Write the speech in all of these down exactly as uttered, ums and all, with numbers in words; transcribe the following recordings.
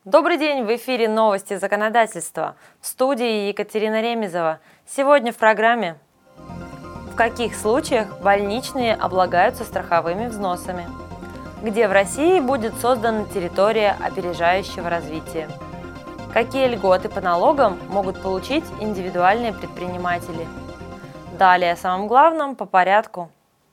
Добрый день, в эфире новости законодательства. В студии Екатерина Ремезова. Сегодня в программе: в каких случаях больничные облагаются страховыми взносами? Где в России будет создана территория опережающего развития? Какие льготы по налогам могут получить индивидуальные предприниматели? Далее о самом главном по порядку.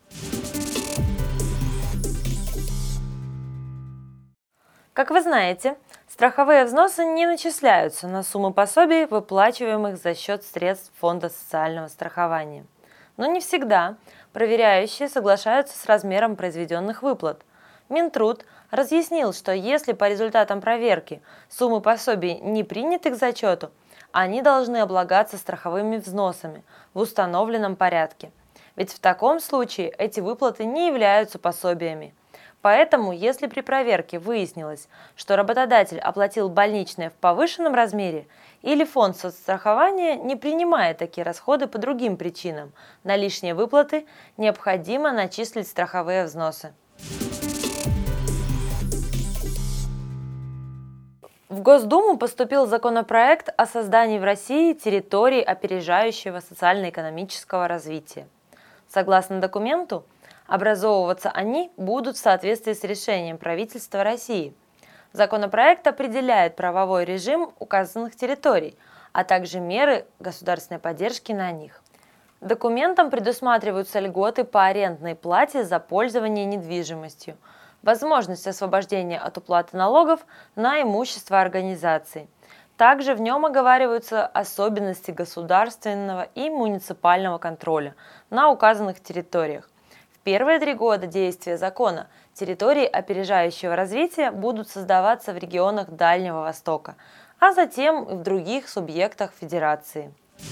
Как вы знаете, страховые взносы не начисляются на суммы пособий, выплачиваемых за счет средств Фонда социального страхования. Но не всегда проверяющие соглашаются с размером произведенных выплат. Минтруд разъяснил, что если по результатам проверки суммы пособий не приняты к зачету, они должны облагаться страховыми взносами в установленном порядке. Ведь в таком случае эти выплаты не являются пособиями. Поэтому, если при проверке выяснилось, что работодатель оплатил больничное в повышенном размере или фонд соцстрахования не принимает такие расходы по другим причинам, на лишние выплаты необходимо начислить страховые взносы. В Госдуму поступил законопроект о создании в России территорий опережающего социально-экономического развития. Согласно документу, образовываться они будут в соответствии с решением правительства России. Законопроект определяет правовой режим указанных территорий, а также меры государственной поддержки на них. Документом предусматриваются льготы по арендной плате за пользование недвижимостью, возможность освобождения от уплаты налогов на имущество организаций. Также в нем оговариваются особенности государственного и муниципального контроля на указанных территориях. Первые три года действия закона территории опережающего развития будут создаваться в регионах Дальнего Востока, а затем и в других субъектах Федерации.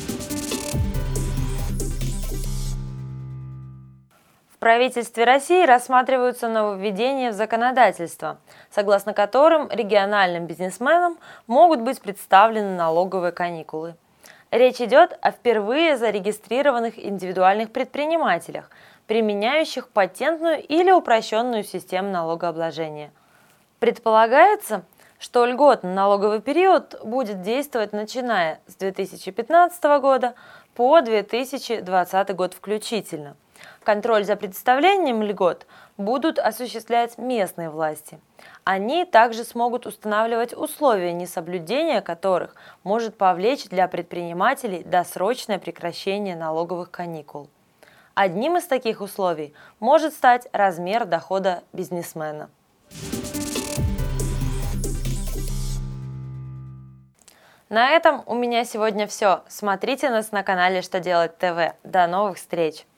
В правительстве России рассматриваются нововведения в законодательство, согласно которым региональным бизнесменам могут быть представлены налоговые каникулы. Речь идет о впервые зарегистрированных индивидуальных предпринимателях, применяющих патентную или упрощенную систему налогообложения. Предполагается, что льготный налоговый период будет действовать начиная с две тысячи пятнадцатого года по две тысячи двадцатый год включительно. Контроль за предоставлением льгот будут осуществлять местные власти. Они также смогут устанавливать условия, несоблюдения которых может повлечь для предпринимателей досрочное прекращение налоговых каникул. Одним из таких условий может стать размер дохода бизнесмена. На этом у меня сегодня все. Смотрите нас на канале «Что делать ТВ». До новых встреч!